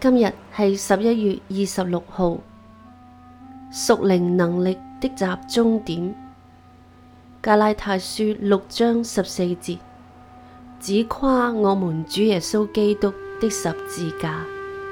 今日係11月26號，屬靈能力的集中點。加拉太書6章14節，只誇我們主耶穌基督的十字架。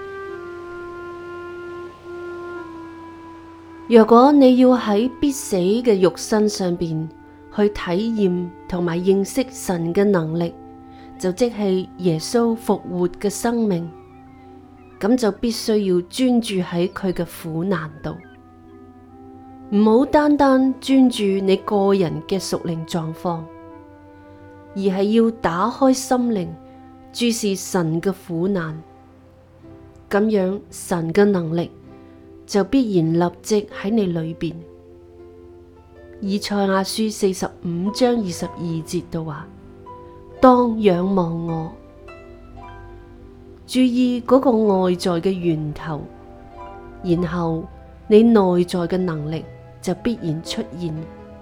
若果你要喺必死嘅肉身上邊去體驗同埋認識神嘅能力，就即係耶穌復活嘅生命，咁就必須要專注喺佢嘅苦難度，唔好單單專注你個人嘅屬靈狀況，而係要打開心靈，注視神嘅苦難，咁樣神嘅能力就必然立即喺你裏邊。以賽亞書45章22節度話：當仰望我。注意嗰個外在嘅源頭，然後你內在嘅能力就必然出現。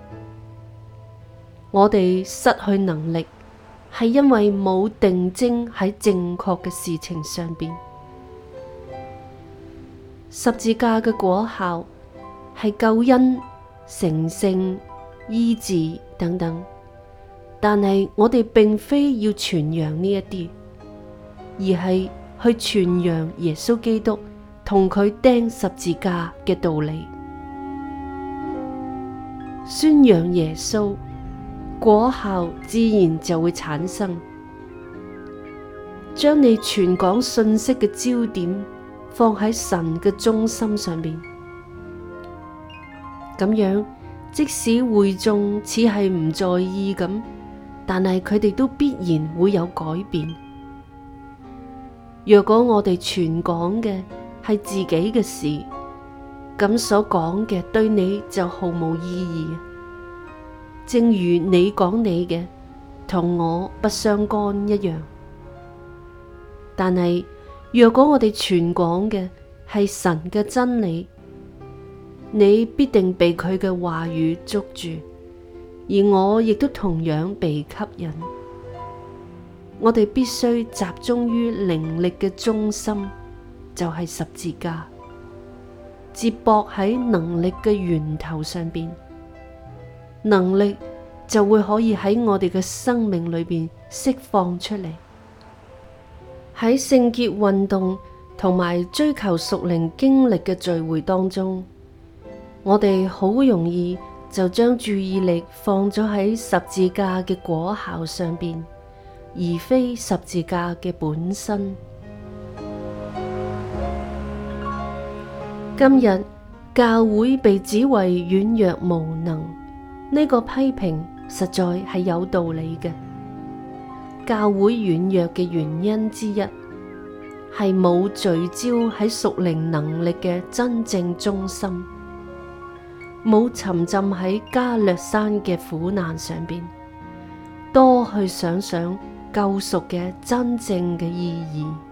我哋失去能力，係因為冇定睛喺正確嘅事情上邊。十字架嘅果效係救恩、成聖、醫治等等，但係我哋並非要傳揚呢一啲，而係去傳揚耶穌基督同佢釘十字架嘅道理，宣揚耶穌，果效自然就會產生。將你傳講信息嘅焦點放喺神嘅中心上面，咁樣即使會眾似係唔在意咁，但係佢哋都必然會有改變。若果我哋傳講嘅係自己嘅事，咁所講嘅對你就毫無意義，正如你講你嘅同我不相干一樣。但係若果我哋傳講嘅係神嘅真理，你必定被佢嘅話語捉住，而我亦都同樣被吸引。我哋必須集中於靈力嘅中心，就係十字架，接駁喺能力嘅源頭上邊，能力就會可以喺我哋嘅生命裏邊釋放出嚟。喺聖潔運動同埋追求屬靈經歷嘅聚會當中，我哋好容易就將注意力放咗喺十字架嘅果效上邊，而非十字架嘅本身。今日教會被指為軟弱無能，呢個批評實在係有道理嘅。教會軟弱嘅原因之一係冇聚焦喺屬靈能力嘅真正中心，冇沉浸喺加略山嘅苦難上邊，多去想想救贖嘅真正嘅意義。